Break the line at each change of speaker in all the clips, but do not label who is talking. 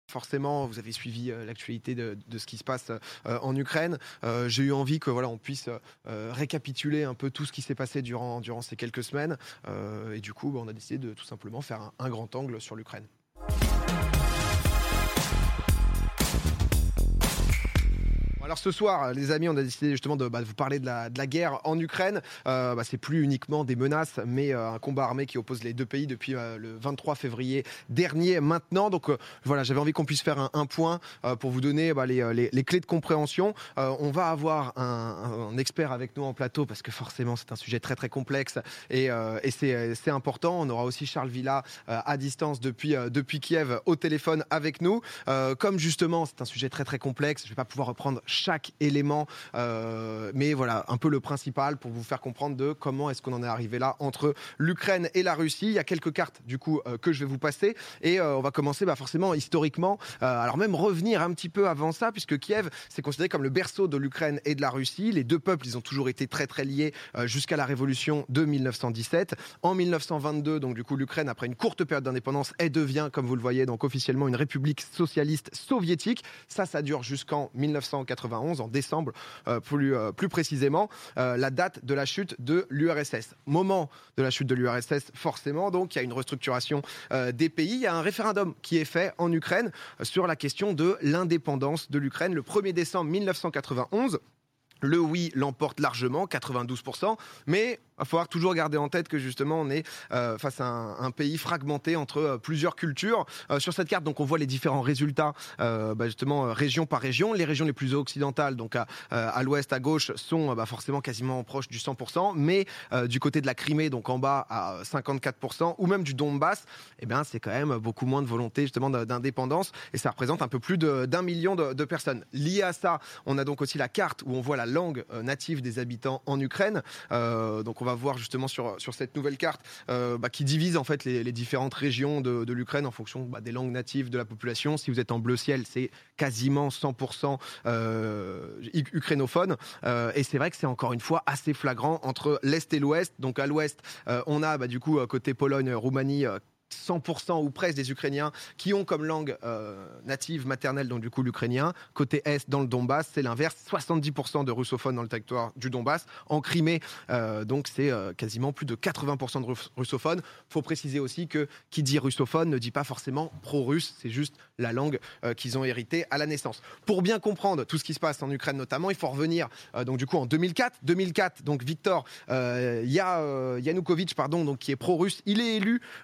Forcément, vous avez suivi l'actualité de ce qui se passe en Ukraine. J'ai eu envie que on puisse récapituler un peu tout ce qui s'est passé durant ces quelques semaines. Et du coup, on a décidé de tout simplement faire un grand angle sur l'Ukraine. Alors ce soir, les amis, on a décidé justement de vous parler de la guerre en Ukraine. C'est plus uniquement des menaces, mais un combat armé qui oppose les deux pays depuis le 23 février dernier maintenant. Donc j'avais envie qu'on puisse faire un point pour vous donner les clés de compréhension. On va avoir un expert avec nous en plateau parce que forcément c'est un sujet très très complexe et c'est important. On aura aussi Charles Villa à distance depuis Kiev au téléphone avec nous. Comme justement c'est un sujet très très complexe, je ne vais pas pouvoir reprendre chaque élément, mais voilà un peu le principal pour vous faire comprendre de comment est-ce qu'on en est arrivé là entre l'Ukraine et la Russie. Il y a quelques cartes du coup que je vais vous passer et on va commencer forcément historiquement, alors même revenir un petit peu avant ça puisque Kiev c'est considéré comme le berceau de l'Ukraine et de la Russie. Les deux peuples ils ont toujours été très très liés jusqu'à la révolution de 1917. En 1922 donc du coup l'Ukraine après une courte période d'indépendance elle devient comme vous le voyez donc officiellement une république socialiste soviétique. Ça dure jusqu'en 1991 en décembre plus précisément, la date de la chute de l'URSS. Moment de la chute de l'URSS forcément, donc il y a une restructuration des pays. Il y a un référendum qui est fait en Ukraine sur la question de l'indépendance de l'Ukraine le 1er décembre 1991. Le oui l'emporte largement, 92%, mais il va falloir toujours garder en tête que justement on est face à un pays fragmenté entre plusieurs cultures. Sur cette carte, donc on voit les différents résultats, justement région par région. Les régions les plus occidentales, donc à l'ouest, à gauche, sont forcément quasiment proches du 100%, mais du côté de la Crimée, donc en bas à 54%, ou même du Donbass, c'est quand même beaucoup moins de volonté justement d'indépendance, et ça représente un peu plus d'1 million de personnes. Lié à ça, on a donc aussi la carte où on voit la langue native des habitants en Ukraine. Donc on va voir justement sur cette nouvelle carte qui divise en fait les différentes régions de l'Ukraine en fonction des langues natives de la population. Si vous êtes en bleu ciel, c'est quasiment 100% ukrainophone. Et c'est vrai que c'est encore une fois assez flagrant entre l'Est et l'Ouest. Donc à l'Ouest, on a du coup côté Pologne, Roumanie, 100% ou presque des Ukrainiens qui ont comme langue native maternelle donc du coup l'ukrainien. Côté Est, dans le Donbass, c'est l'inverse, 70% de russophones dans le territoire du Donbass. En Crimée, donc c'est quasiment plus de 80% de russophones. Faut préciser aussi que qui dit russophone ne dit pas forcément pro-russe, c'est juste la langue qu'ils ont héritée à la naissance. Pour bien comprendre tout ce qui se passe en Ukraine notamment, il faut revenir donc du coup en 2004, donc Viktor Yanukovych donc qui est pro-russe, il est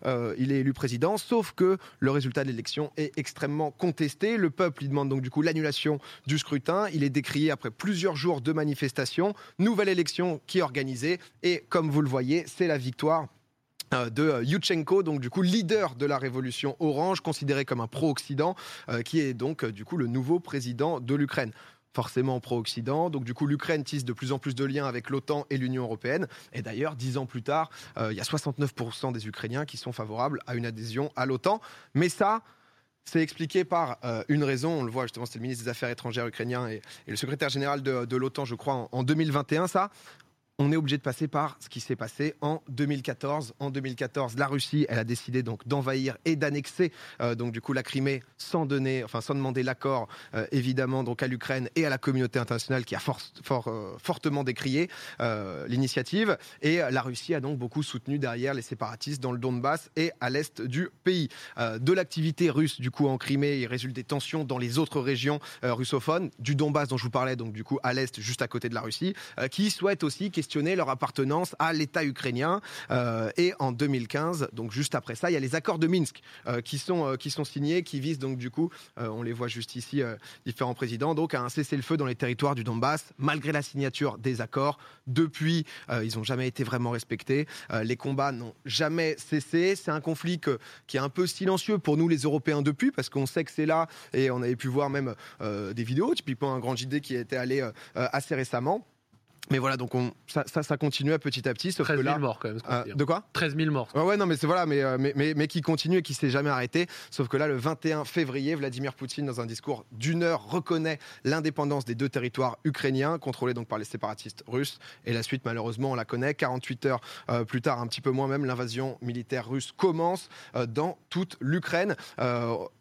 élu président, sauf que le résultat de l'élection est extrêmement contesté. Le peuple lui demande donc du coup l'annulation du scrutin. Il est décrié après plusieurs jours de manifestations. Nouvelle élection qui est organisée et comme vous le voyez, c'est la victoire de Yushchenko, donc du coup leader de la révolution orange, considéré comme un pro-Occident, qui est donc du coup le nouveau président de l'Ukraine. Forcément pro-Occident. Donc du coup, l'Ukraine tisse de plus en plus de liens avec l'OTAN et l'Union européenne. Et d'ailleurs, 10 ans plus tard, il y a 69% des Ukrainiens qui sont favorables à une adhésion à l'OTAN. Mais ça, c'est expliqué par une raison. On le voit justement, c'est le ministre des Affaires étrangères ukrainien et le secrétaire général de l'OTAN, je crois, en 2021, ça. On est obligé de passer par ce qui s'est passé en 2014. En 2014, la Russie, elle a décidé donc d'envahir et d'annexer donc du coup la Crimée sans demander l'accord évidemment donc à l'Ukraine et à la communauté internationale qui a fortement décrié l'initiative. Et la Russie a donc beaucoup soutenu derrière les séparatistes dans le Donbass et à l'est du pays. De l'activité russe du coup en Crimée, il résulte des tensions dans les autres régions russophones du Donbass dont je vous parlais, donc du coup à l'est, juste à côté de la Russie, qui souhaitent aussi questionner leur appartenance à l'État ukrainien. Et en 2015, donc juste après ça, il y a les accords de Minsk qui sont signés, qui visent donc du coup, on les voit juste ici, différents présidents, donc à un cessez-le-feu dans les territoires du Donbass, malgré la signature des accords. Depuis, ils n'ont jamais été vraiment respectés. Les combats n'ont jamais cessé. C'est un conflit qui est un peu silencieux pour nous les Européens depuis, parce qu'on sait que c'est là, et on avait pu voir même des vidéos, typiquement un grand JD qui était allé assez récemment. Mais voilà, donc ça continue à petit, sauf
13 000
que là,
morts quand même.
de quoi
13 000 morts.
Ouais, non, mais c'est voilà, mais qui continue et qui s'est jamais arrêté. Sauf que là, le 21 février, Vladimir Poutine, dans un discours d'1 heure, reconnaît l'indépendance des deux territoires ukrainiens, contrôlés donc par les séparatistes russes. Et la suite, malheureusement, on la connaît. 48 heures plus tard, un petit peu moins même, l'invasion militaire russe commence dans toute l'Ukraine.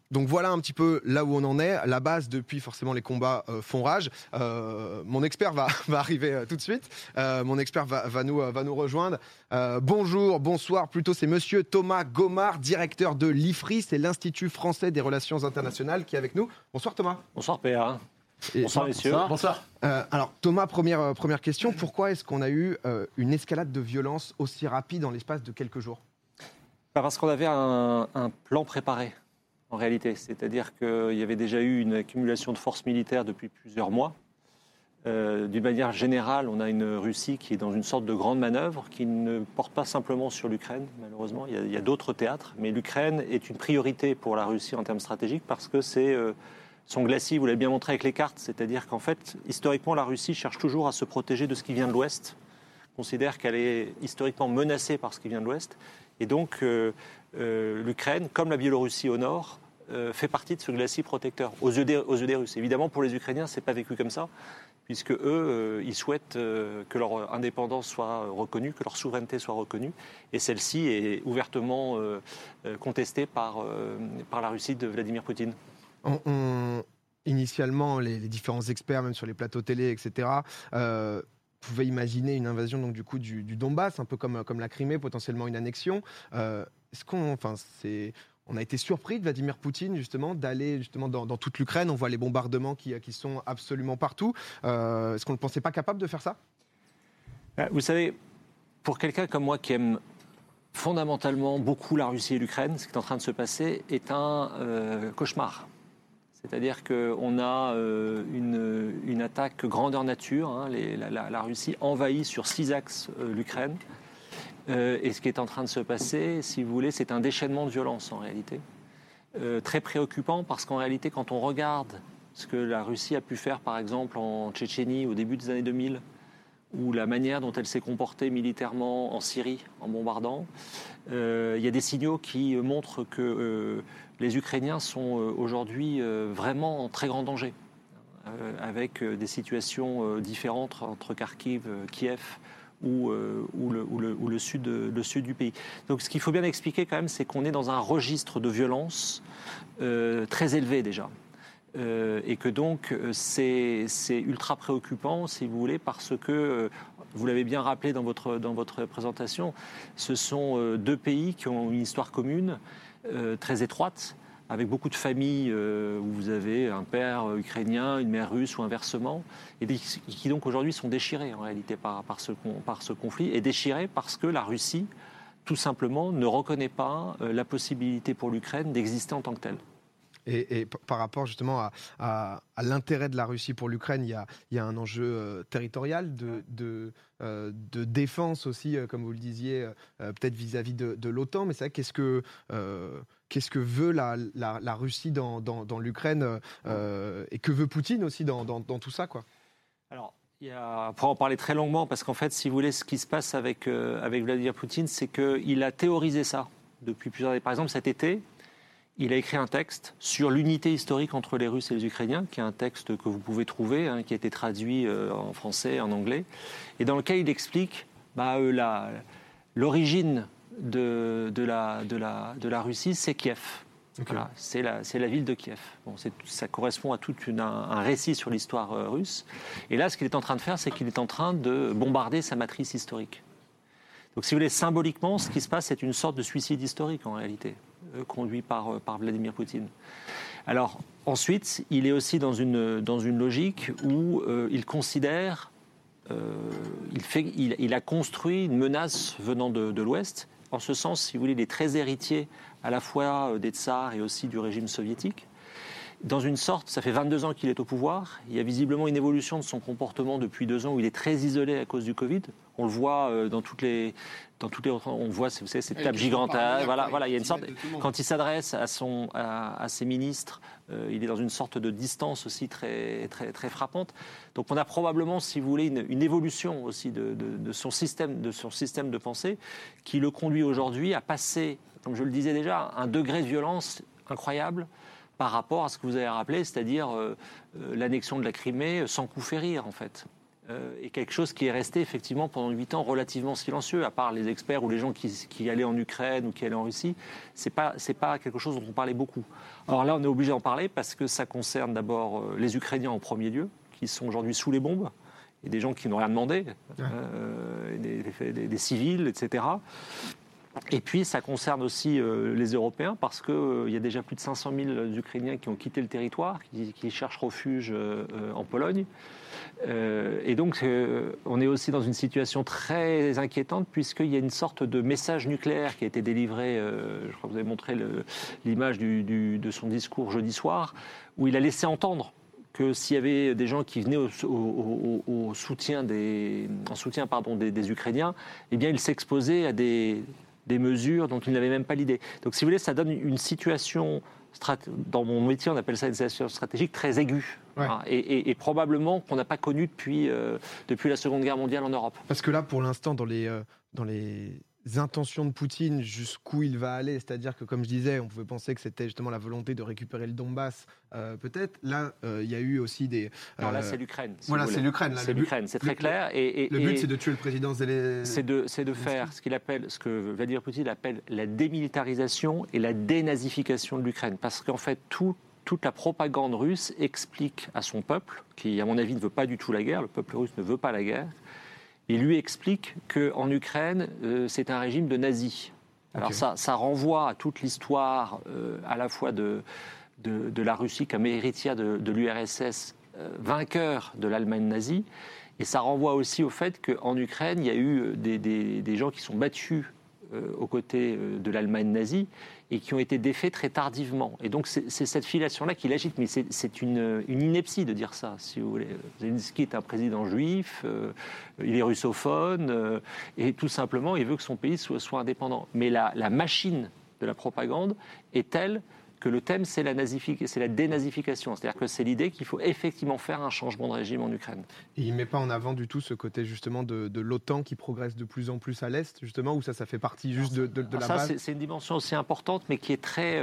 Donc voilà un petit peu là où on en est. La base, depuis forcément les combats font rage. Mon expert va arriver tout de suite. Mon expert va nous rejoindre. Bonjour, bonsoir. Plutôt, c'est monsieur Thomas Gomard, directeur de l'IFRI. C'est l'Institut français des relations internationales qui est avec nous. Bonsoir Thomas.
Bonsoir PA. Bonsoir messieurs.
Bonsoir.
Alors Thomas, première question. Pourquoi est-ce qu'on a eu une escalade de violence aussi rapide en l'espace de quelques jours ?
Parce qu'on avait un plan préparé. En réalité, c'est-à-dire qu'il y avait déjà eu une accumulation de forces militaires depuis plusieurs mois. D'une manière générale, on a une Russie qui est dans une sorte de grande manœuvre qui ne porte pas simplement sur l'Ukraine, malheureusement. Il y a d'autres théâtres, mais l'Ukraine est une priorité pour la Russie en termes stratégiques parce que c'est son glacis, vous l'avez bien montré avec les cartes, c'est-à-dire qu'en fait, historiquement, la Russie cherche toujours à se protéger de ce qui vient de l'Ouest, considère qu'elle est historiquement menacée par ce qui vient de l'Ouest. Et donc, l'Ukraine, comme la Biélorussie au nord, fait partie de ce glacis protecteur, aux yeux des Russes. Évidemment, pour les Ukrainiens, ce n'est pas vécu comme ça, puisque eux, ils souhaitent que leur indépendance soit reconnue, que leur souveraineté soit reconnue. Et celle-ci est ouvertement contestée par la Russie de Vladimir Poutine.
Initialement, les différents experts, même sur les plateaux télé, etc., pouvaient imaginer une invasion donc, du coup, du Donbass, un peu comme la Crimée, potentiellement une annexion. On a été surpris de Vladimir Poutine justement d'aller justement dans toute l'Ukraine. On voit les bombardements qui sont absolument partout. Est-ce qu'on ne pensait pas capable de faire ça ?
Vous savez, pour quelqu'un comme moi qui aime fondamentalement beaucoup la Russie et l'Ukraine, ce qui est en train de se passer est un cauchemar. C'est-à-dire qu'on a une attaque grandeur nature. Hein, la Russie envahit sur 6 axes l'Ukraine. Et ce qui est en train de se passer, si vous voulez, c'est un déchaînement de violence en réalité. Très préoccupant parce qu'en réalité, quand on regarde ce que la Russie a pu faire, par exemple, en Tchétchénie au début des années 2000, ou la manière dont elle s'est comportée militairement en Syrie en bombardant, il y a des signaux qui montrent que les Ukrainiens sont aujourd'hui vraiment en très grand danger, avec des situations différentes entre Kharkiv, Kiev, ou le sud du pays. Donc ce qu'il faut bien expliquer quand même, c'est qu'on est dans un registre de violence très élevé déjà. Et que donc c'est ultra préoccupant, si vous voulez, parce que, vous l'avez bien rappelé dans votre présentation, ce sont 2 pays qui ont une histoire commune, très étroite, avec beaucoup de familles où vous avez un père ukrainien, une mère russe ou inversement, et qui donc aujourd'hui sont déchirés en réalité par ce conflit, et déchirés parce que la Russie, tout simplement, ne reconnaît pas la possibilité pour l'Ukraine d'exister en tant que telle.
Et par rapport justement à l'intérêt de la Russie pour l'Ukraine, il y a un enjeu territorial de défense aussi, comme vous le disiez, peut-être vis-à-vis de l'OTAN. Mais c'est vrai, qu'est-ce que veut la Russie dans l'Ukraine et que veut Poutine aussi dans tout ça, quoi ?
Alors, on pourra en parler très longuement parce qu'en fait, si vous voulez, ce qui se passe avec Vladimir Poutine, c'est qu'il a théorisé ça depuis plusieurs années. Par exemple, cet été, il a écrit un texte sur l'unité historique entre les Russes et les Ukrainiens, qui est un texte que vous pouvez trouver, qui a été traduit en français, en anglais, et dans lequel il explique l'origine de la Russie, c'est Kiev. Okay. Voilà, c'est la ville de Kiev. Bon, ça correspond à tout un récit sur l'histoire russe. Et là, ce qu'il est en train de faire, c'est qu'il est en train de bombarder sa matrice historique. Donc, si vous voulez, symboliquement, ce qui se passe, c'est une sorte de suicide historique, en réalité, conduit par Vladimir Poutine. Alors, ensuite, il est aussi dans une logique où il considère, il a construit une menace venant de l'Ouest. En ce sens, si vous voulez, il est très héritier à la fois des tsars et aussi du régime soviétique. Dans une sorte, ça fait 22 ans qu'il est au pouvoir. Il y a visiblement une évolution de son comportement depuis 2 ans où il est très isolé à cause du Covid. On le voit dans toutes les on voit, vous savez, cette table gigantesque. Voilà, il y a une sorte. Quand il s'adresse à ses ministres, il est dans une sorte de distance aussi très, très, très frappante. Donc, on a probablement, si vous voulez, une évolution aussi de son système de pensée qui le conduit aujourd'hui à passer, comme je le disais déjà, un degré de violence incroyable par rapport à ce que vous avez rappelé, c'est-à-dire l'annexion de la Crimée sans coup férir, en fait. est quelque chose qui est resté effectivement pendant 8 ans relativement silencieux, à part les experts ou les gens qui allaient en Ukraine ou qui allaient en Russie. C'est pas quelque chose dont on parlait beaucoup. Alors là, on est obligé d'en parler parce que ça concerne d'abord les Ukrainiens en premier lieu, qui sont aujourd'hui sous les bombes, et des gens qui n'ont rien demandé, des civils, etc. Et puis, ça concerne aussi les Européens, parce qu'il y a déjà plus de 500 000 Ukrainiens qui ont quitté le territoire, qui cherchent refuge en Pologne. Et donc, on est aussi dans une situation très inquiétante, puisqu'il y a une sorte de message nucléaire qui a été délivré, je crois que vous avez montré l'image de son discours jeudi soir, où il a laissé entendre que s'il y avait des gens qui venaient au soutien des Ukrainiens, eh bien, ils s'exposaient à des mesures dont ils n'avaient même pas l'idée. Donc, si vous voulez, ça donne une situation, dans mon métier, on appelle ça une situation stratégique très aiguë, et probablement qu'on n'a pas connue depuis la Seconde Guerre mondiale en Europe.
Parce que là, pour l'instant, dans les intentions de Poutine, jusqu'où il va aller, c'est-à-dire que, comme je disais, on pouvait penser que c'était justement la volonté de récupérer le Donbass, peut-être. Là, il y a eu aussi des...
Non, là, c'est l'Ukraine.
Voilà, c'est l'Ukraine. Là,
c'est l'Ukraine, c'est très clair.
Le but, c'est de tuer le président Zelensky.
C'est de faire ce que Vladimir Poutine appelle la démilitarisation et la dénazification de l'Ukraine. Parce qu'en fait, toute la propagande russe explique à son peuple, qui, à mon avis, ne veut pas du tout la guerre, le peuple russe ne veut pas la guerre, il lui explique qu'en Ukraine, c'est un régime de nazis. Alors ça renvoie à toute l'histoire à la fois de la Russie comme héritière de l'URSS, vainqueur de l'Allemagne nazie, et ça renvoie aussi au fait qu'en Ukraine, il y a eu des gens qui sont battus aux côtés de l'Allemagne nazie et qui ont été défaits très tardivement. Et donc c'est cette filiation-là qui l'agite, mais c'est une ineptie de dire ça, si vous voulez. Zelensky est un président juif, il est russophone, et tout simplement, il veut que son pays soit indépendant. Mais la machine de la propagande est telle que le thème, c'est la dénazification. C'est-à-dire que c'est l'idée qu'il faut effectivement faire un changement de régime en Ukraine.
Et il ne met pas en avant du tout ce côté justement de l'OTAN qui progresse de plus en plus à l'Est, justement, où ça fait partie juste de la base.
C'est une dimension aussi importante, mais qui est très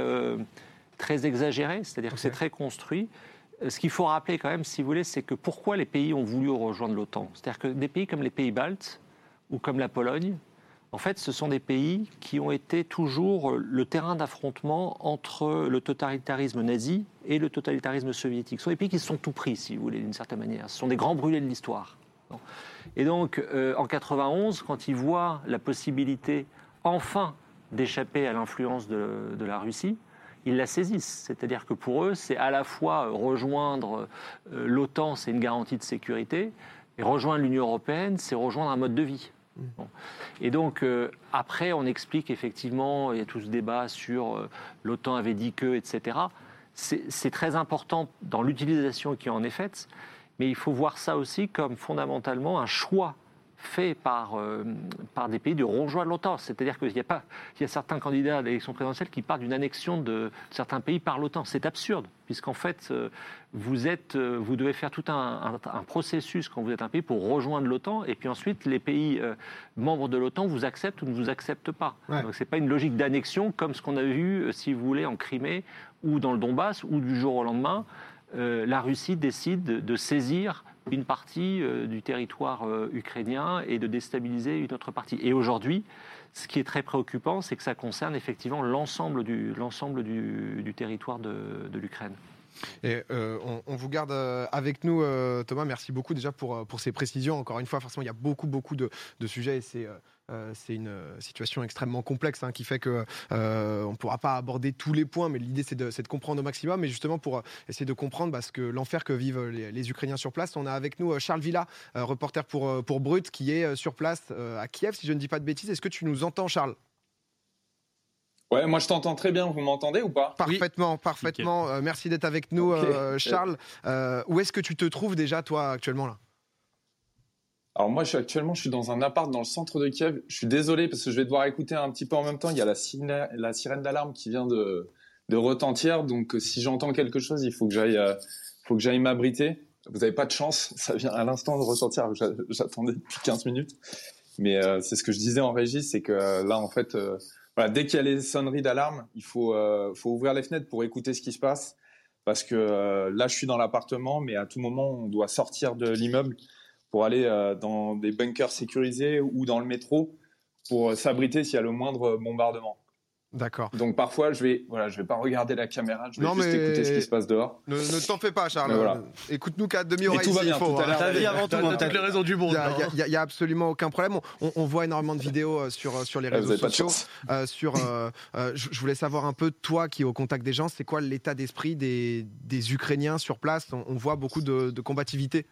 exagérée, c'est-à-dire que c'est très construit. Ce qu'il faut rappeler quand même, si vous voulez, c'est que pourquoi les pays ont voulu rejoindre l'OTAN. C'est-à-dire que des pays comme les pays baltes ou comme la Pologne, en fait, ce sont des pays qui ont été toujours le terrain d'affrontement entre le totalitarisme nazi et le totalitarisme soviétique. Ce sont des pays qui se sont tout pris, si vous voulez, d'une certaine manière. Ce sont des grands brûlés de l'histoire. Et donc, en 91, quand ils voient la possibilité, enfin, d'échapper à l'influence de la Russie, ils la saisissent. C'est-à-dire que pour eux, c'est à la fois rejoindre l'OTAN, c'est une garantie de sécurité, et rejoindre l'Union européenne, c'est rejoindre un mode de vie. Bon. Et donc, après, on explique effectivement, il y a tout ce débat sur l'OTAN avait dit que, etc. C'est très important dans l'utilisation qui en est faite, mais il faut voir ça aussi comme fondamentalement un choix fait par des pays de rejoindre l'OTAN. C'est-à-dire qu'il y a certains candidats à l'élection présidentielle qui parlent d'une annexion de certains pays par l'OTAN. C'est absurde, puisqu'en fait, vous devez faire tout un processus quand vous êtes un pays pour rejoindre l'OTAN, et puis ensuite, les pays membres de l'OTAN vous acceptent ou ne vous acceptent pas. Ouais. Donc, ce n'est pas une logique d'annexion comme ce qu'on a vu, si vous voulez, en Crimée ou dans le Donbass, où du jour au lendemain, la Russie décide de saisir une partie du territoire ukrainien et de déstabiliser une autre partie. Et aujourd'hui, ce qui est très préoccupant, c'est que ça concerne effectivement l'ensemble du territoire de l'Ukraine.
Et on vous garde avec nous, Thomas. Merci beaucoup déjà pour ces précisions. Encore une fois, forcément, il y a beaucoup de sujets et c'est une situation extrêmement complexe qui fait qu'on ne pourra pas aborder tous les points, mais l'idée c'est de comprendre au maximum. Mais justement, pour essayer de comprendre l'enfer que vivent les Ukrainiens sur place, on a avec nous Charles Villa, reporter pour Brut, qui est sur place à Kiev, si je ne dis pas de bêtises. Est-ce que tu nous entends, Charles ?
Ouais, moi je t'entends très bien. Vous m'entendez ou pas ?
Parfaitement. Merci d'être avec nous, Charles. Où est-ce que tu te trouves déjà, toi, actuellement là ?
Alors moi, je suis dans un appart dans le centre de Kiev. Je suis désolé parce que je vais devoir écouter un petit peu en même temps. Il y a la sirène d'alarme qui vient de retentir. Donc si j'entends quelque chose, il faut que j'aille m'abriter. Vous n'avez pas de chance. Ça vient à l'instant de ressortir. J'attendais depuis 15 minutes. Mais c'est ce que je disais en régie, c'est que là, en fait... Voilà, dès qu'il y a les sonneries d'alarme, il faut ouvrir les fenêtres pour écouter ce qui se passe, parce que là, je suis dans l'appartement, mais à tout moment, on doit sortir de l'immeuble pour aller dans des bunkers sécurisés ou dans le métro pour s'abriter s'il y a le moindre bombardement.
D'accord.
Donc parfois, je vais pas regarder la caméra, je vais juste écouter ce qui se passe dehors.
Ne t'en fais pas, Charles.
Voilà.
Écoute-nous qu'à demi-oreille.
Et tout va bien,
faut,
tout à l'heure.
Ta vie avant tout, t'as toutes les raisons du monde.
Il y a absolument aucun problème. On voit énormément de vidéos sur les réseaux sociaux. Je voulais savoir un peu, toi qui es au contact des gens, c'est quoi l'état d'esprit des Ukrainiens sur place? On voit beaucoup de combativité.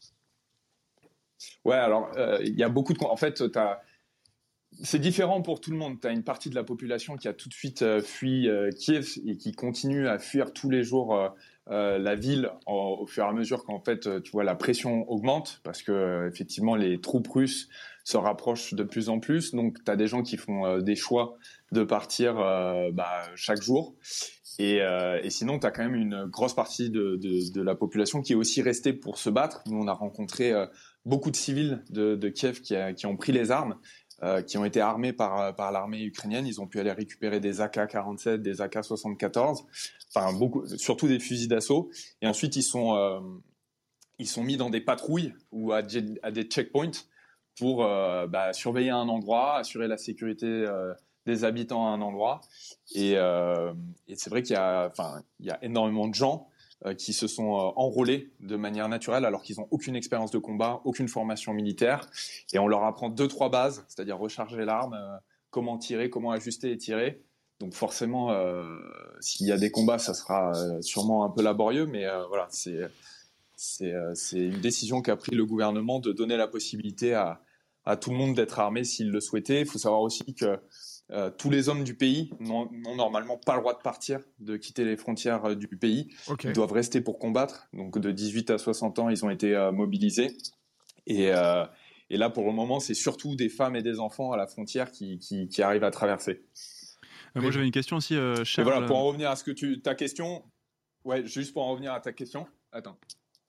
Ouais, alors il y a beaucoup de... En fait, c'est différent pour tout le monde. Tu as une partie de la population qui a tout de suite fui Kiev et qui continue à fuir tous les jours la ville au fur et à mesure qu'en fait, tu vois, la pression augmente parce que effectivement, les troupes russes se rapprochent de plus en plus. Donc, tu as des gens qui font des choix de partir chaque jour. Et sinon, tu as quand même une grosse partie de la population qui est aussi restée pour se battre. Nous, on a rencontré beaucoup de civils de Kiev qui ont pris les armes. Qui ont été armés par l'armée ukrainienne. Ils ont pu aller récupérer des AK-47, des AK-74, enfin surtout des fusils d'assaut. Et ensuite, ils sont mis dans des patrouilles ou à des checkpoints pour surveiller un endroit, assurer la sécurité des habitants à un endroit. Et c'est vrai qu'il y a énormément de gens qui se sont enrôlés de manière naturelle alors qu'ils n'ont aucune expérience de combat, aucune formation militaire. Et on leur apprend 2-3 bases, c'est-à-dire recharger l'arme, comment tirer, comment ajuster et tirer. Donc forcément, s'il y a des combats, ça sera sûrement un peu laborieux, mais voilà, c'est une décision qu'a pris le gouvernement de donner la possibilité à tout le monde d'être armé s'il le souhaitait. Il faut savoir aussi que tous les hommes du pays n'ont normalement pas le droit de partir, de quitter les frontières du pays. Okay. Ils doivent rester pour combattre. Donc de 18 à 60 ans, ils ont été mobilisés. Et là, pour le moment, c'est surtout des femmes et des enfants à la frontière qui arrivent à traverser.
Moi, j'avais une question aussi, Charles.
Et voilà, pour en revenir à ta question. Ouais, juste pour en revenir à ta question. Attends.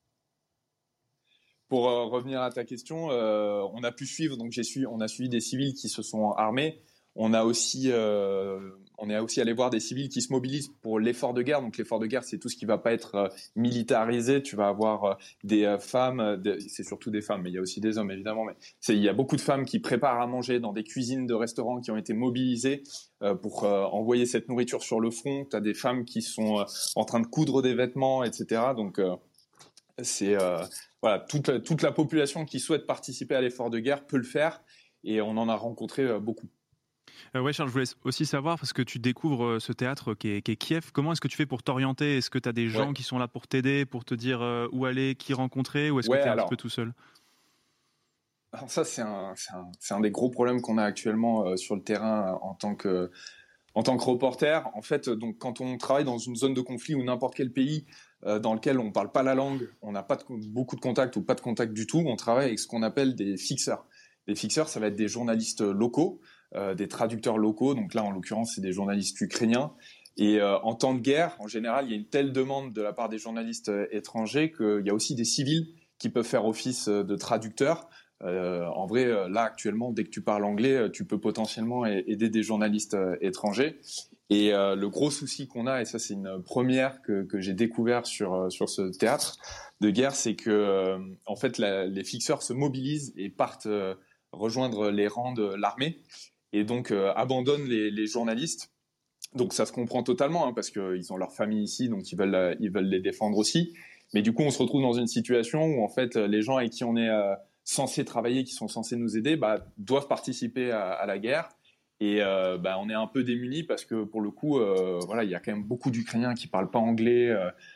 Pour revenir à ta question, on a pu suivre. Donc on a suivi des civils qui se sont armés. On est aussi allé voir des civils qui se mobilisent pour l'effort de guerre. Donc l'effort de guerre, c'est tout ce qui va pas être militarisé. Tu vas avoir des femmes, c'est surtout des femmes, mais il y a aussi des hommes évidemment. Mais il y a beaucoup de femmes qui préparent à manger dans des cuisines de restaurants qui ont été mobilisées pour envoyer cette nourriture sur le front. Tu as des femmes qui sont en train de coudre des vêtements, etc. Donc voilà, toute la population qui souhaite participer à l'effort de guerre peut le faire, et on en a rencontré beaucoup.
Ouais, Charles, je voulais aussi savoir, parce que tu découvres ce théâtre qui est Kiev, comment est-ce que tu fais pour t'orienter? Est-ce que tu as des gens qui sont là pour t'aider, pour te dire où aller, qui rencontrer, ou est-ce que tu es un petit peu tout seul?
Alors ça, c'est un des gros problèmes qu'on a actuellement sur le terrain en tant que reporter. En fait, donc, quand on travaille dans une zone de conflit ou n'importe quel pays dans lequel on ne parle pas la langue, on n'a pas beaucoup de contacts ou pas de contact du tout, on travaille avec ce qu'on appelle des fixeurs. Les fixeurs, ça va être des journalistes locaux, des traducteurs locaux. Donc là, en l'occurrence, c'est des journalistes ukrainiens. Et en temps de guerre, en général, il y a une telle demande de la part des journalistes étrangers qu'il y a aussi des civils qui peuvent faire office de traducteurs. En vrai, là, actuellement, dès que tu parles anglais, tu peux potentiellement aider des journalistes étrangers. Et le gros souci qu'on a, et ça, c'est une première que j'ai découvert sur ce théâtre de guerre, c'est que en fait, les fixeurs se mobilisent et partent rejoindre les rangs de l'armée, et donc abandonnent les journalistes. Donc ça se comprend totalement, parce qu'ils ont leur famille ici, donc ils veulent les défendre aussi. Mais du coup, on se retrouve dans une situation où en fait, les gens avec qui on est censés travailler, qui sont censés nous aider, doivent participer à la guerre. Et on est un peu démunis parce que pour le coup, voilà, il y a quand même beaucoup d'Ukrainiens qui parlent pas anglais,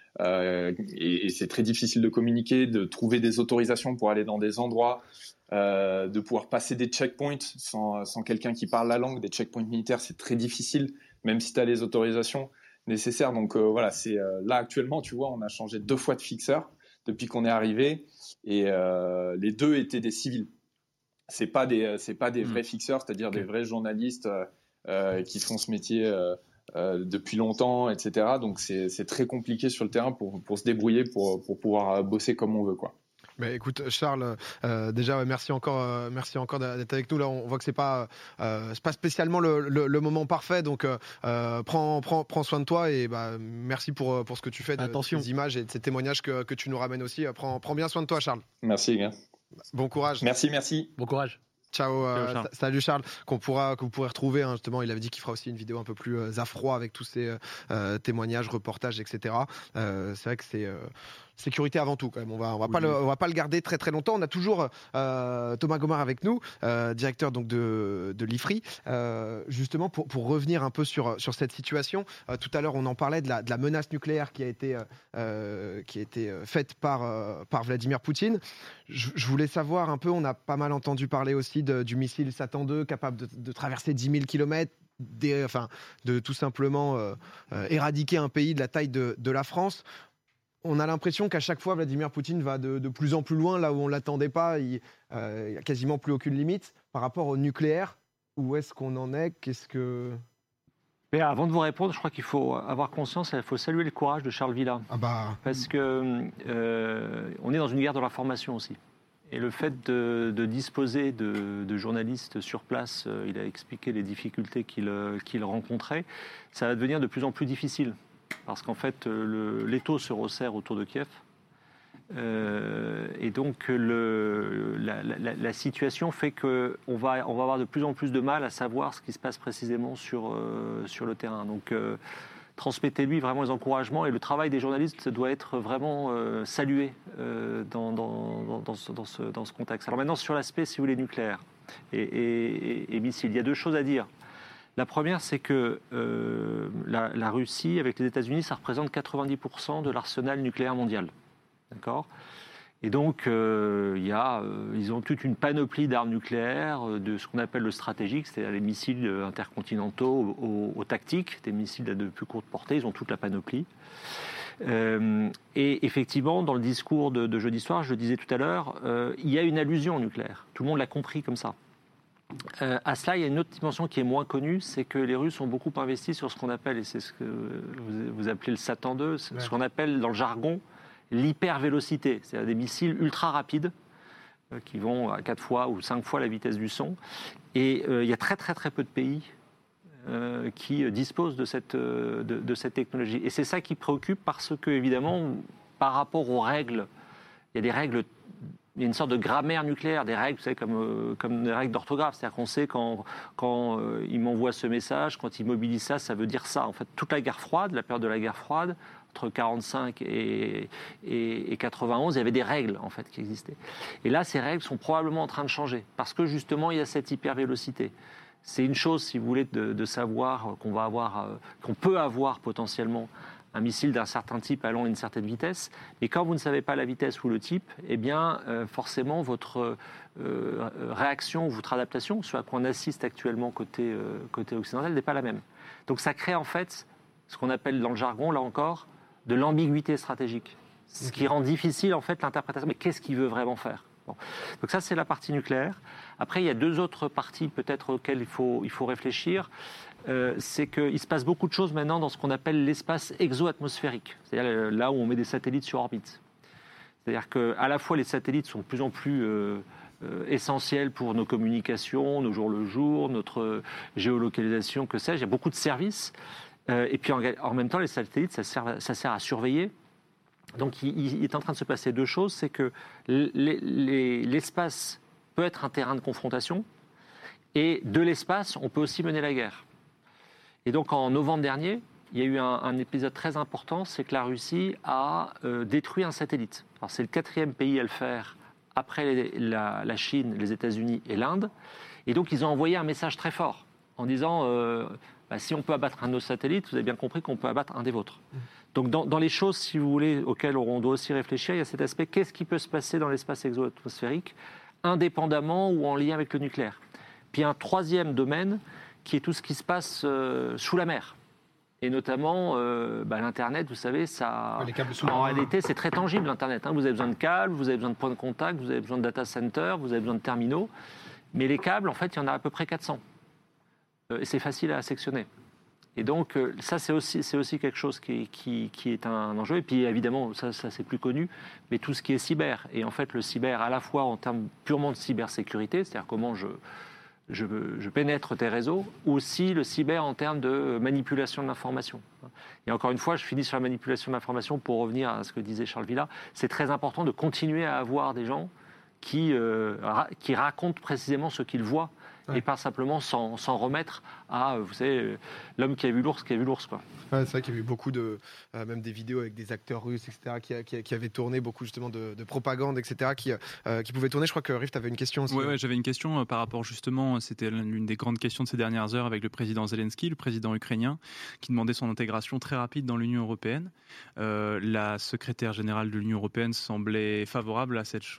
et c'est très difficile de communiquer, de trouver des autorisations pour aller dans des endroits, de pouvoir passer des checkpoints sans quelqu'un qui parle la langue. Des checkpoints militaires, c'est très difficile, même si tu as les autorisations nécessaires. Donc voilà, c'est là actuellement, tu vois, on a changé 2 fois de fixeur depuis qu'on est arrivé, et les 2 étaient des civils. C'est pas des vrais fixeurs, c'est-à-dire des vrais journalistes qui font ce métier depuis longtemps, etc. Donc c'est très compliqué sur le terrain pour se débrouiller, pour pouvoir bosser comme on veut, quoi.
Bah, écoute, Charles, déjà merci encore d'être avec nous. Là, on voit que c'est pas spécialement le moment parfait, donc prends soin de toi, et merci pour ce que tu fais, de ces images et de ces témoignages que tu nous ramènes aussi. Prends bien soin de toi, Charles.
Merci, les gars.
Bon courage.
Merci.
Bon courage.
Ciao,
Charles.
salut Charles, que vous pourrez retrouver, justement, il avait dit qu'il fera aussi une vidéo un peu plus à froid avec tous ces témoignages, reportages, etc. C'est vrai que c'est sécurité avant tout quand même. On va pas le garder très très longtemps. On a toujours Thomas Gomard avec nous, directeur donc de l'IFRI, justement pour revenir un peu sur cette situation. Tout à l'heure, on en parlait de la menace nucléaire qui a été faite par Vladimir Poutine. Je voulais savoir un peu, on a pas mal entendu parler aussi du missile Satan 2 capable de traverser 10 000 km, de tout simplement éradiquer un pays de la taille de la France. On a l'impression qu'à chaque fois, Vladimir Poutine va de plus en plus loin, là où on ne l'attendait pas. Il n'y a quasiment plus aucune limite par rapport au nucléaire. Où est-ce qu'on en est ?
Mais avant de vous répondre, je crois qu'il faut avoir conscience, il faut saluer le courage de Charles Villa. Parce que on est dans une guerre de l'information aussi. Et le fait de disposer de journalistes sur place, il a expliqué les difficultés qu'il rencontrait, ça va devenir de plus en plus difficile. Parce qu'en fait, l'étau se resserre autour de Kiev. Et donc, la situation fait qu'on va avoir de plus en plus de mal à savoir ce qui se passe précisément sur le terrain. Donc, transmettez-lui vraiment les encouragements. Et le travail des journalistes doit être vraiment salué dans ce contexte. Alors maintenant, sur l'aspect, si vous voulez, nucléaire et missiles, il y a deux choses à dire. La première, c'est que la Russie, avec les États-Unis, ça représente 90% de l'arsenal nucléaire mondial. D'accord ? Et donc, ils ont toute une panoplie d'armes nucléaires, de ce qu'on appelle le stratégique, c'est-à-dire les missiles intercontinentaux aux tactiques, des missiles de plus courte portée, ils ont toute la panoplie. Et effectivement, dans le discours de jeudi soir, je le disais tout à l'heure, il y a une allusion au nucléaire. Tout le monde l'a compris comme ça. À cela, il y a une autre dimension qui est moins connue, c'est que les Russes ont beaucoup investi sur ce qu'on appelle, et c'est ce que vous appelez le Satan 2, ce qu'on appelle dans le jargon l'hypervélocité, c'est-à-dire des missiles ultra rapides qui vont à 4 fois ou 5 fois la vitesse du son. Et il y a très très très peu de pays qui disposent de cette technologie. Et c'est ça qui préoccupe parce que, évidemment, par rapport aux règles, il y a des règles. Il y a une sorte de grammaire nucléaire, des règles, vous savez, comme des règles d'orthographe. C'est-à-dire qu'on sait quand il m'envoie ce message, quand il mobilise ça, ça veut dire ça. En fait, toute la guerre froide, la période de la guerre froide, entre 1945 et 1991, il y avait des règles, en fait, qui existaient. Et là, ces règles sont probablement en train de changer, parce que, justement, il y a cette hypervélocité. C'est une chose, si vous voulez, de savoir qu'on peut avoir potentiellement un missile d'un certain type allant à une certaine vitesse, mais quand vous ne savez pas la vitesse ou le type, eh bien, forcément, votre réaction, votre adaptation, ce à quoi on assiste actuellement côté occidental, n'est pas la même. Donc ça crée en fait ce qu'on appelle dans le jargon, là encore, de l'ambiguïté stratégique, ce qui rend difficile en fait l'interprétation. Mais qu'est-ce qu'il veut vraiment faire ? Bon. Donc ça, c'est la partie nucléaire. Après, il y a deux autres parties peut-être auxquelles il faut réfléchir. C'est qu'il se passe beaucoup de choses maintenant dans ce qu'on appelle l'espace exo-atmosphérique, c'est-à-dire là où on met des satellites sur orbite. C'est-à-dire qu'à la fois les satellites sont de plus en plus essentiels pour nos communications, nos jours le jour, notre géolocalisation, que sais-je, il y a beaucoup de services. Et puis en même temps, les satellites, ça sert à surveiller. Donc il est en train de se passer deux choses, c'est que l'espace peut être un terrain de confrontation, et de l'espace, on peut aussi mener la guerre. Et donc en novembre dernier, il y a eu un épisode très important, c'est que la Russie a détruit un satellite. Alors c'est le 4e pays à le faire après la Chine, les États-Unis et l'Inde. Et donc ils ont envoyé un message très fort en disant si on peut abattre un de nos satellites, vous avez bien compris qu'on peut abattre un des vôtres. Donc dans les choses, si vous voulez, auxquelles on doit aussi réfléchir, il y a cet aspect, qu'est-ce qui peut se passer dans l'espace exo-atmosphérique, indépendamment ou en lien avec le nucléaire. Puis un troisième domaine, qui est tout ce qui se passe sous la mer. Et notamment, l'Internet, vous savez, en réalité, c'est très tangible, l'Internet. Vous avez besoin de câbles, vous avez besoin de points de contact, vous avez besoin de data centers, vous avez besoin de terminaux. Mais les câbles, en fait, il y en a à peu près 400. Et c'est facile à sectionner. Et donc, ça, c'est aussi quelque chose qui est un enjeu. Et puis, évidemment, ça c'est plus connu, mais tout ce qui est cyber. Et en fait, le cyber, à la fois en termes purement de cybersécurité, c'est-à-dire comment je pénètre tes réseaux, ou aussi le cyber en termes de manipulation de l'information. Et encore une fois, je finis sur la manipulation de l'information pour revenir à ce que disait Charles Villa. C'est très important de continuer à avoir des gens qui raconte précisément ce qu'il voit. Ouais. Et pas simplement s'en remettre à, vous savez, l'homme qui a vu l'ours, quoi.
Ouais, c'est vrai qu'il y a eu beaucoup même des vidéos avec des acteurs russes, etc., qui avaient tourné beaucoup justement de propagande, etc., qui pouvaient tourner. Je crois que Riff, tu avais une question aussi.
Oui, j'avais une question par rapport justement, c'était l'une des grandes questions de ces dernières heures avec le président Zelensky, le président ukrainien, qui demandait son intégration très rapide dans l'Union européenne. La secrétaire générale de l'Union européenne semblait favorable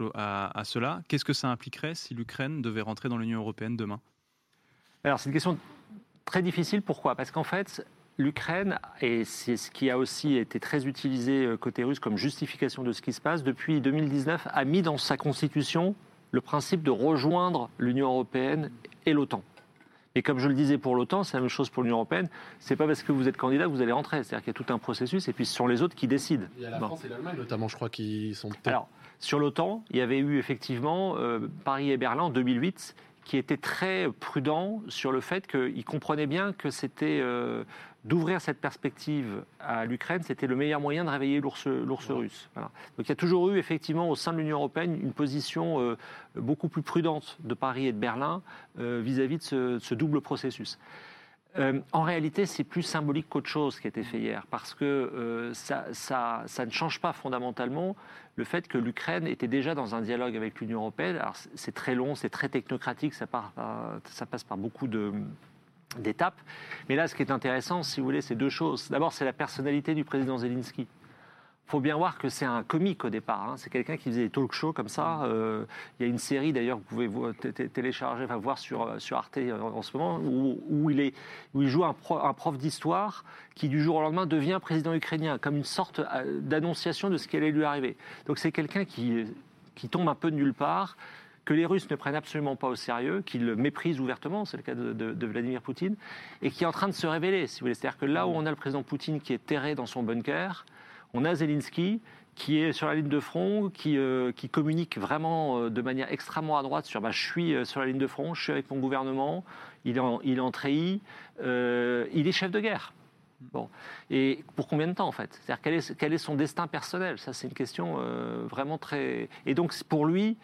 à cela. Qu'est-ce que ça impliquerait si l'Ukraine devait rentrer dans l'Union européenne demain ?
Alors, c'est une question très difficile. Pourquoi ? Parce qu'en fait, l'Ukraine, et c'est ce qui a aussi été très utilisé côté russe comme justification de ce qui se passe, depuis 2019, a mis dans sa constitution le principe de rejoindre l'Union européenne et l'OTAN. Et comme je le disais pour l'OTAN, c'est la même chose pour l'Union européenne. C'est pas parce que vous êtes candidat que vous allez rentrer. C'est-à-dire qu'il y a tout un processus, et puis ce sont les autres qui décident.
Il y a la France et l'Allemagne, notamment, je crois, qui sont...
Alors, sur l'OTAN, il y avait eu effectivement Paris et Berlin en 2008, qui était très prudent sur le fait qu'il comprenait bien que c'était d'ouvrir cette perspective à l'Ukraine, c'était le meilleur moyen de réveiller l'ours russe. Voilà. Donc il y a toujours eu effectivement au sein de l'Union européenne une position beaucoup plus prudente de Paris et de Berlin vis-à-vis de ce double processus. En réalité, c'est plus symbolique qu'autre chose qui a été fait hier, parce que ça ne change pas fondamentalement le fait que l'Ukraine était déjà dans un dialogue avec l'Union européenne. Alors, c'est très long, c'est très technocratique, ça passe par beaucoup d'étapes. Mais là, ce qui est intéressant, si vous voulez, c'est deux choses. D'abord, c'est la personnalité du président Zelensky. Il faut bien voir que c'est un comique au départ. Hein. C'est quelqu'un qui faisait des talk shows comme ça. Il y a une série d'ailleurs que vous pouvez télécharger, voir sur Arte en ce moment, où il joue un prof d'histoire qui du jour au lendemain devient président ukrainien, comme une sorte d'annonciation de ce qui allait lui arriver. Donc c'est quelqu'un qui tombe un peu de nulle part, que les Russes ne prennent absolument pas au sérieux, qu'ils le méprisent ouvertement, c'est le cas de Vladimir Poutine, et qui est en train de se révéler, si vous voulez. C'est-à-dire que là où on a le président Poutine qui est terré dans son bunker, on a Zelensky qui est sur la ligne de front, qui communique vraiment de manière extrêmement à droite sur je suis sur la ligne de front, je suis avec mon gouvernement, il est en treillis, il est chef de guerre. Bon. Et pour combien de temps en fait ? C'est-à-dire quel est son destin personnel ? Ça c'est une question vraiment très... Et donc pour lui,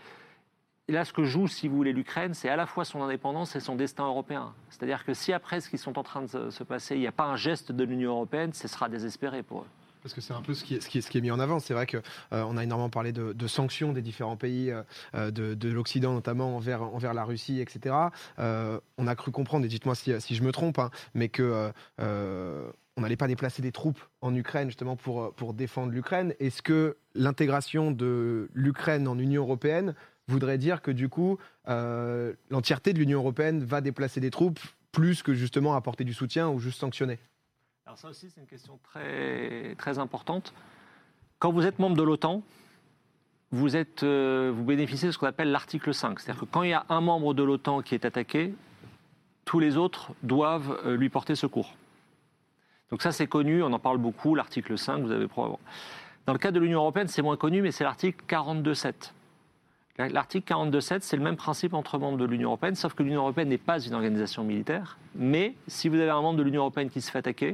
là ce que joue, si vous voulez, l'Ukraine, c'est à la fois son indépendance et son destin européen. C'est-à-dire que si après ce qui sont en train de se passer, il n'y a pas un geste de l'Union européenne, ce sera désespéré pour eux.
Parce que c'est un peu ce qui est mis en avant. C'est vrai qu'on a énormément parlé de sanctions des différents pays de l'Occident, notamment envers la Russie, etc. On a cru comprendre, et dites-moi si je me trompe, hein, mais qu'on n'allait pas déplacer des troupes en Ukraine justement pour défendre l'Ukraine. Est-ce que l'intégration de l'Ukraine en Union européenne voudrait dire que du coup, l'entièreté de l'Union européenne va déplacer des troupes plus que justement apporter du soutien ou juste sanctionner ?
Alors ça aussi, c'est une question très, très importante. Quand vous êtes membre de l'OTAN, vous bénéficiez de ce qu'on appelle l'article 5. C'est-à-dire que quand il y a un membre de l'OTAN qui est attaqué, tous les autres doivent lui porter secours. Donc ça, c'est connu, on en parle beaucoup, l'article 5, vous avez probablement. Dans le cas de l'Union européenne, c'est moins connu, mais c'est l'article 42.7. L'article 42.7, c'est le même principe entre membres de l'Union européenne, sauf que l'Union européenne n'est pas une organisation militaire. Mais si vous avez un membre de l'Union européenne qui se fait attaquer,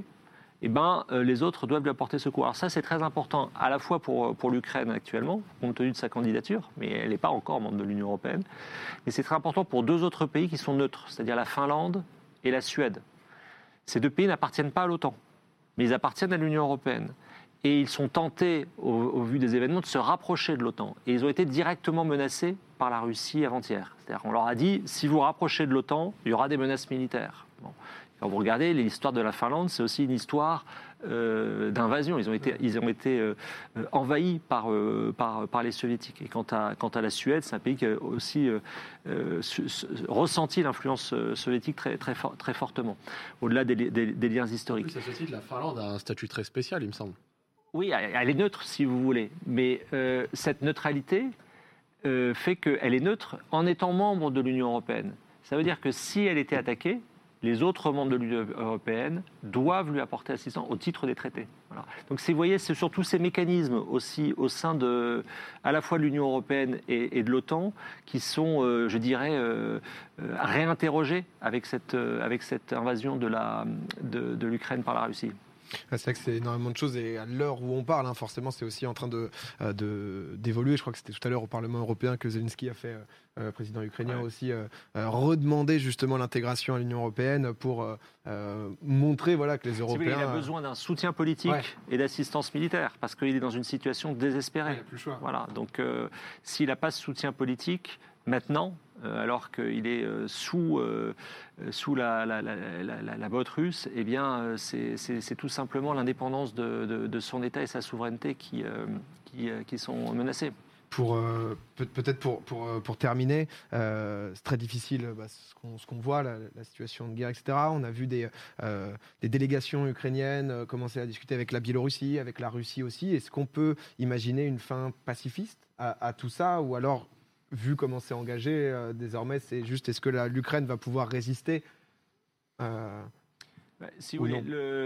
les autres doivent lui apporter secours. Alors ça, c'est très important, à la fois pour l'Ukraine actuellement, compte tenu de sa candidature, mais elle n'est pas encore membre de l'Union européenne. Mais c'est très important pour deux autres pays qui sont neutres, c'est-à-dire la Finlande et la Suède. Ces deux pays n'appartiennent pas à l'OTAN, mais ils appartiennent à l'Union européenne. Et ils sont tentés, au vu des événements, de se rapprocher de l'OTAN. Et ils ont été directement menacés par la Russie avant-hier. C'est-à-dire qu'on leur a dit, si vous rapprochez de l'OTAN, il y aura des menaces militaires. Bon. Quand vous regardez l'histoire de la Finlande, c'est aussi une histoire d'invasion. Ils ont été envahis par les Soviétiques. Et quant à la Suède, c'est un pays qui a aussi ressenti l'influence soviétique très, très, très fortement, au-delà des liens historiques.
Ça ceci, la Finlande a un statut très spécial, il me semble.
Oui, elle est neutre, si vous voulez. Mais cette neutralité fait qu'elle est neutre en étant membre de l'Union européenne. Ça veut dire que si elle était attaquée, les autres membres de l'Union européenne doivent lui apporter assistance au titre des traités. Voilà. Donc, vous voyez, c'est surtout ces mécanismes aussi au sein à la fois de l'Union européenne et de l'OTAN qui sont, je dirais, réinterrogés avec cette invasion de l'Ukraine par la Russie.
C'est vrai que c'est énormément de choses et à l'heure où on parle, forcément, c'est aussi en train d'évoluer. Je crois que c'était tout à l'heure au Parlement européen que Zelensky a fait, président ukrainien aussi, redemander justement l'intégration à l'Union européenne pour montrer que les Européens...
Si vous voulez, il a besoin d'un soutien politique et d'assistance militaire parce qu'il est dans une situation désespérée.
Il n'a plus le choix.
Voilà. Donc, s'il n'a pas ce soutien politique, maintenant, alors qu'il est sous la botte russe, eh bien, c'est tout simplement l'indépendance de son État et sa souveraineté qui sont menacées.
Peut-être pour terminer, c'est très difficile ce qu'on voit, la situation de guerre, etc. On a vu des délégations ukrainiennes commencer à discuter avec la Biélorussie, avec la Russie aussi. Est-ce qu'on peut imaginer une fin pacifiste à tout ça, ou alors, vu comment c'est engagé, désormais, c'est juste est-ce que l'Ukraine va pouvoir résister
Si vous voulez,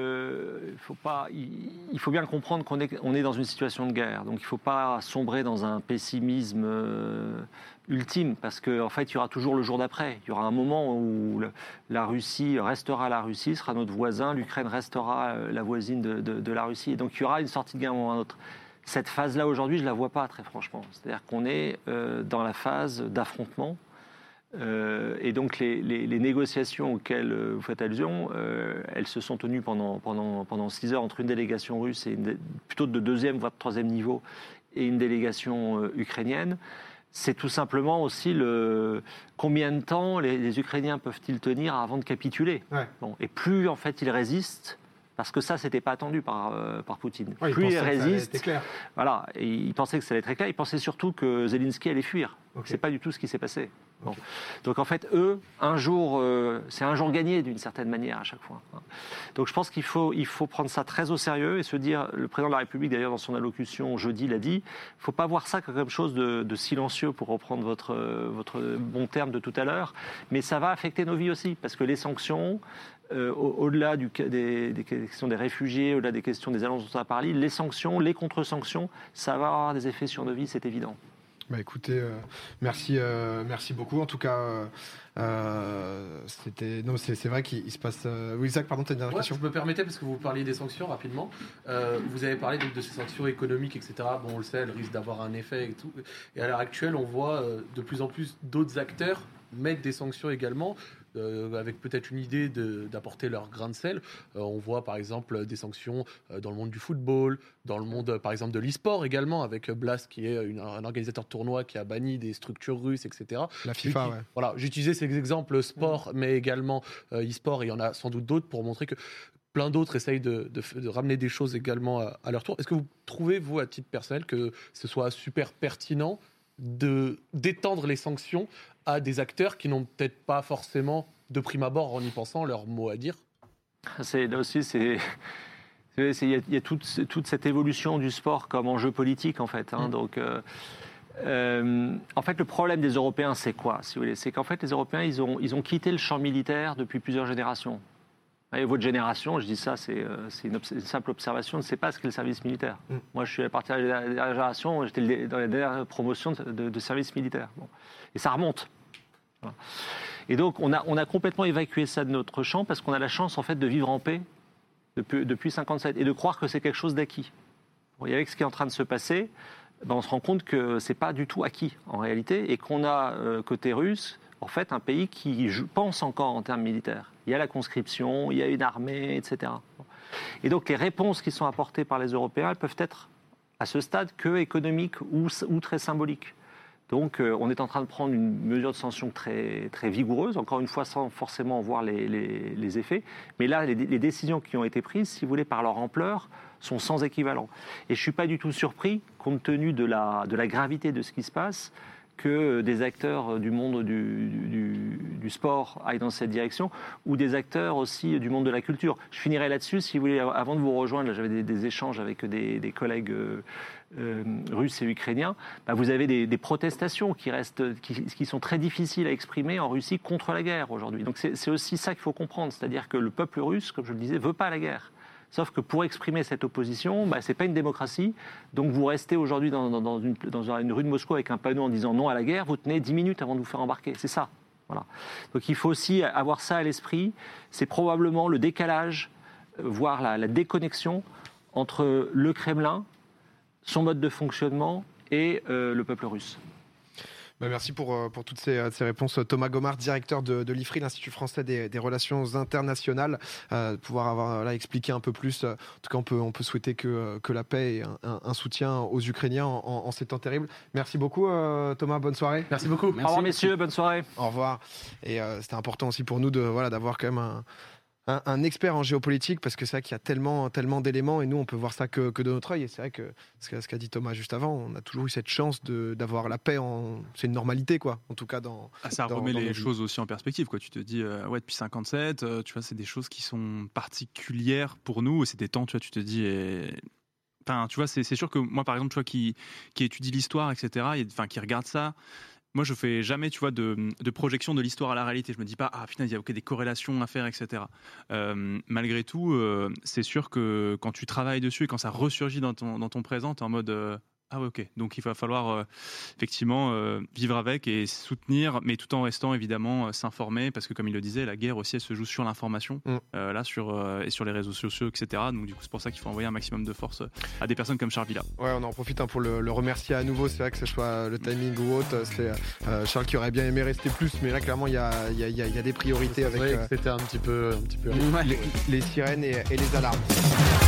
il faut bien comprendre qu'on est dans une situation de guerre. Donc il ne faut pas sombrer dans un pessimisme ultime, parce qu'en fait, il y aura toujours le jour d'après. Il y aura un moment où la Russie restera la Russie, sera notre voisin, l'Ukraine restera la voisine de la Russie. Et donc il y aura une sortie de guerre à un moment ou à un autre. Cette phase-là, aujourd'hui, je ne la vois pas, très franchement. C'est-à-dire qu'on est dans la phase d'affrontement. Et donc les négociations auxquelles vous faites allusion, elles se sont tenues pendant 6 heures entre une délégation russe et plutôt de deuxième voire de troisième niveau et une délégation ukrainienne. C'est tout simplement aussi combien de temps les Ukrainiens peuvent-ils tenir avant de capituler. Bon, et plus en fait ils résistent, parce que ça, c'était pas attendu par Poutine. Plus il résiste, voilà, et il pensait que ça allait être très clair. Il pensait surtout que Zelensky allait fuir. C'est pas du tout ce qui s'est passé. Bon. Donc en fait, un jour, c'est un jour gagné d'une certaine manière à chaque fois. Donc je pense qu'il faut prendre ça très au sérieux et se dire, le président de la République d'ailleurs dans son allocution jeudi l'a dit, il ne faut pas voir ça comme quelque chose de silencieux, pour reprendre votre bon terme de tout à l'heure, mais ça va affecter nos vies aussi, parce que les sanctions, au-delà des questions des réfugiés, au-delà des questions des alliances dont on a parlé, les sanctions, les contre-sanctions, ça va avoir des effets sur nos vies, c'est évident.
Écoutez, merci beaucoup. En tout cas, c'est vrai qu'il se passe. Oui, Isaac, pardon, t'as une dernière question.
Je me permettais, parce que vous parliez des sanctions rapidement. Vous avez parlé donc de ces sanctions économiques, etc. Bon, on le sait, elles risquent d'avoir un effet et tout. Et à l'heure actuelle, on voit de plus en plus d'autres acteurs mettre des sanctions également. Avec peut-être une idée d'apporter leur grain de sel. On voit par exemple des sanctions dans le monde du football, dans le monde par exemple de l'e-sport également, avec Blast qui est un organisateur de tournois qui a banni des structures russes, etc.
La FIFA,
Voilà, j'utilisais ces exemples sport, mais également e-sport, et il y en a sans doute d'autres pour montrer que plein d'autres essayent de ramener des choses également à leur tour. Est-ce que vous trouvez, vous, à titre personnel, que ce soit super pertinent d'étendre les sanctions à des acteurs qui n'ont peut-être pas forcément, de prime abord, en y pensant, leur mot à dire?
Là aussi, il y a toute cette évolution du sport comme enjeu politique, en fait. Donc, en fait, le problème des Européens, c'est quoi, si vous voulez? C'est qu'en fait, les Européens, ils ont quitté le champ militaire depuis plusieurs générations. Et votre génération, je dis ça, c'est une simple observation, ne sait pas ce qu'est le service militaire. Moi, je suis à partir de la dernière génération, j'étais dans la dernière promotion de service militaire. Bon. Et ça remonte. Voilà. Et donc, on a complètement évacué ça de notre champ, parce qu'on a la chance, en fait, de vivre en paix depuis 1957 et de croire que c'est quelque chose d'acquis. Bon, et avec ce qui est en train de se passer, on se rend compte que c'est pas du tout acquis, en réalité, et qu'on a, côté russe, en fait, un pays qui pense encore en termes militaires. Il y a la conscription, il y a une armée, etc. Et donc, les réponses qui sont apportées par les Européens, elles peuvent être, à ce stade, que économiques ou très symboliques. Donc, on est en train de prendre une mesure de sanction très, très vigoureuse, encore une fois, sans forcément en voir les effets. Mais là, les décisions qui ont été prises, si vous voulez, par leur ampleur, sont sans équivalent. Et je ne suis pas du tout surpris, compte tenu de la gravité de ce qui se passe, que des acteurs du monde du sport aillent dans cette direction, ou des acteurs aussi du monde de la culture. Je finirai là-dessus, si vous voulez, avant de vous rejoindre, j'avais des échanges avec des collègues russes et ukrainiens. Vous avez des protestations qui sont très difficiles à exprimer en Russie contre la guerre aujourd'hui. Donc c'est aussi ça qu'il faut comprendre, c'est-à-dire que le peuple russe, comme je le disais, ne veut pas la guerre. Sauf que pour exprimer cette opposition, ce n'est pas une démocratie. Donc vous restez aujourd'hui dans une rue de Moscou avec un panneau en disant non à la guerre, vous tenez 10 minutes avant de vous faire embarquer. C'est ça. Voilà. Donc il faut aussi avoir ça à l'esprit. C'est probablement le décalage voir la déconnexion entre le Kremlin, son mode de fonctionnement et le peuple russe.
Merci pour toutes ces réponses. Thomas Gomard, directeur de l'IFRI, l'Institut français des relations internationales, pouvoir avoir expliqué un peu plus. En tout cas, on peut souhaiter que la paix et un soutien aux Ukrainiens en ces temps terribles. Merci beaucoup, Thomas. Bonne soirée.
Merci beaucoup.
Au revoir, messieurs. Bonne soirée.
Au revoir. Et c'était important aussi pour nous d'avoir quand même un expert en géopolitique, parce que c'est vrai qu'il y a tellement d'éléments et nous on peut voir ça que de notre œil, et c'est vrai que ce qu'a dit Thomas juste avant, on a toujours eu cette chance d'avoir la paix, c'est une normalité quoi, en tout cas
ça remet les choses aussi en perspective quoi. Tu te dis depuis 57, tu vois, c'est des choses qui sont particulières pour nous et c'est des temps, tu vois, tu te dis enfin tu vois, c'est sûr que moi par exemple, tu vois, qui étudie l'histoire etc, qui regarde ça. Moi, je fais jamais, tu vois, de projection de l'histoire à la réalité. Je me dis pas, putain, il y a des corrélations à faire, etc. Malgré tout, c'est sûr que quand tu travailles dessus et quand ça ressurgit dans ton présent, t'es en mode, ah ouais, ok. Donc il va falloir effectivement vivre avec et soutenir, mais tout en restant évidemment s'informer, parce que comme il le disait, la guerre aussi, elle se joue sur l'information, là et sur les réseaux sociaux, etc. Donc du coup, c'est pour ça qu'il faut envoyer un maximum de force à des personnes comme Charles Villa.
Ouais, on en profite pour le remercier à nouveau. C'est vrai que ce soit le timing ou autre, c'est Charles qui aurait bien aimé rester plus, mais là clairement il y a des priorités avec
c'était un petit peu
les sirènes et les alarmes.